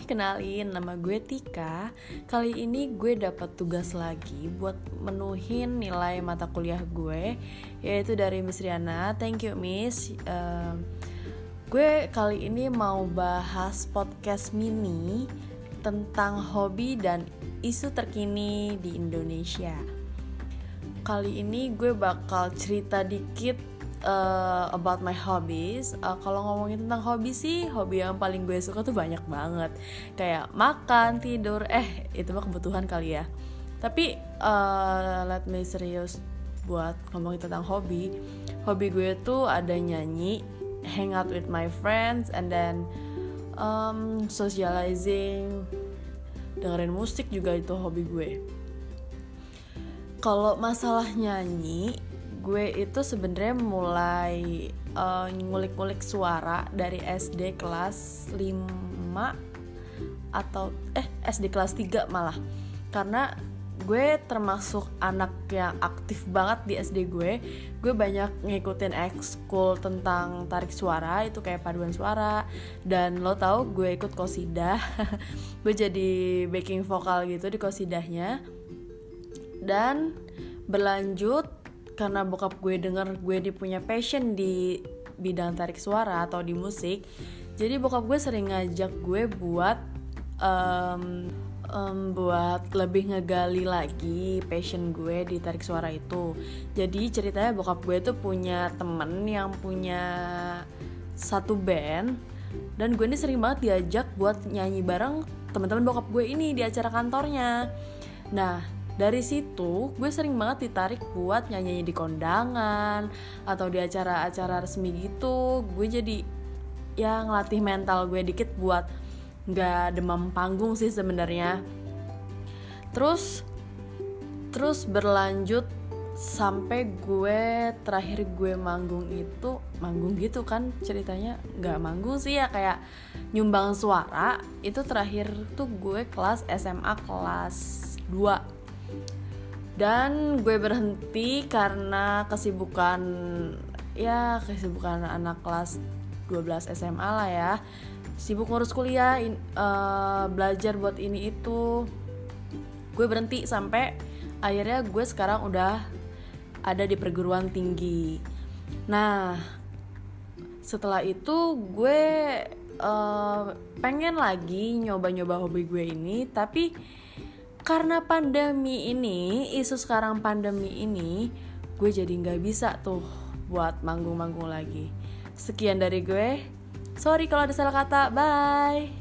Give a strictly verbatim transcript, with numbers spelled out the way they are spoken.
kenalin, nama gue Tika. Kali ini gue dapat tugas lagi buat menuhin nilai mata kuliah gue, yaitu dari Miss Riana. Thank you Miss. uh, Gue kali ini mau bahas podcast mini tentang hobi dan isu terkini di Indonesia. Kali ini gue bakal cerita dikit Uh, about my hobbies. uh, Kalau ngomongin tentang hobi sih, hobi yang paling gue suka tuh banyak banget. Kayak makan, tidur, eh itu mah kebutuhan kali ya. Tapi uh, let me serius buat ngomongin tentang hobi. Hobi gue tuh ada nyanyi, hang out with my friends, and then um, socializing, dengerin musik juga itu hobi gue. Kalau masalah nyanyi, gue itu sebenarnya mulai uh, ngulik-ngulik suara dari S D kelas lima atau eh S D kelas tiga malah. Karena gue termasuk anak yang aktif banget di S D gue. Gue banyak ngikutin ekskul tentang tarik suara, itu kayak paduan suara. Dan lo tau gue ikut qosidah. Gue jadi backing vokal gitu di qosidahnya. Dan berlanjut karena bokap gue denger gue di punya passion di bidang tarik suara atau di musik, jadi bokap gue sering ngajak gue buat um, um, buat lebih ngegali lagi passion gue di tarik suara itu. Jadi ceritanya bokap gue tuh punya temen yang punya satu band, dan gue ini sering banget diajak buat nyanyi bareng teman-teman bokap gue ini di acara kantornya. Nah, dari situ gue sering banget ditarik buat nyanyi di kondangan atau di acara-acara resmi gitu. Gue jadi ya ngelatih mental gue dikit buat gak demam panggung sih sebenarnya. Terus terus berlanjut sampai gue terakhir gue manggung itu manggung gitu kan ceritanya, gak manggung sih ya, kayak nyumbang suara. Itu terakhir tuh gue kelas S M A kelas dua. Dan gue berhenti karena kesibukan ya kesibukan anak kelas dua belas S M A lah ya. Sibuk ngurus kuliah, in, uh, belajar buat ini itu. Gue berhenti sampai akhirnya gue sekarang udah ada di perguruan tinggi. Nah, setelah itu gue uh, pengen lagi nyoba-nyoba hobi gue ini, tapi karena pandemi ini, isu sekarang pandemi ini, gue jadi gak bisa tuh buat manggung-manggung lagi. Sekian dari gue. Sorry kalau ada salah kata, bye.